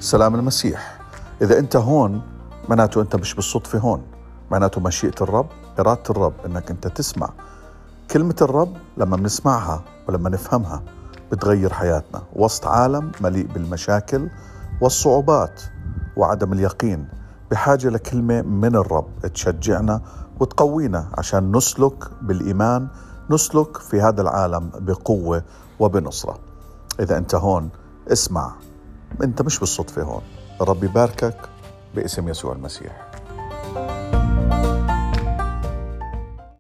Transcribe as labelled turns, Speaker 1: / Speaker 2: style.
Speaker 1: سلام المسيح. إذا أنت هون معناته أنت مش بالصدفة هون، معناته مشيئة الرب، إرادة الرب أنك أنت تسمع كلمة الرب. لما بنسمعها ولما نفهمها بتغير حياتنا وسط عالم مليء بالمشاكل والصعوبات وعدم اليقين. بحاجة لكلمة من الرب تشجعنا وتقوينا عشان نسلك بالإيمان، نسلك في هذا العالم بقوة وبنصرة. إذا أنت هون اسمع، أنت مش بالصدفة هون. الرب يباركك باسم يسوع المسيح.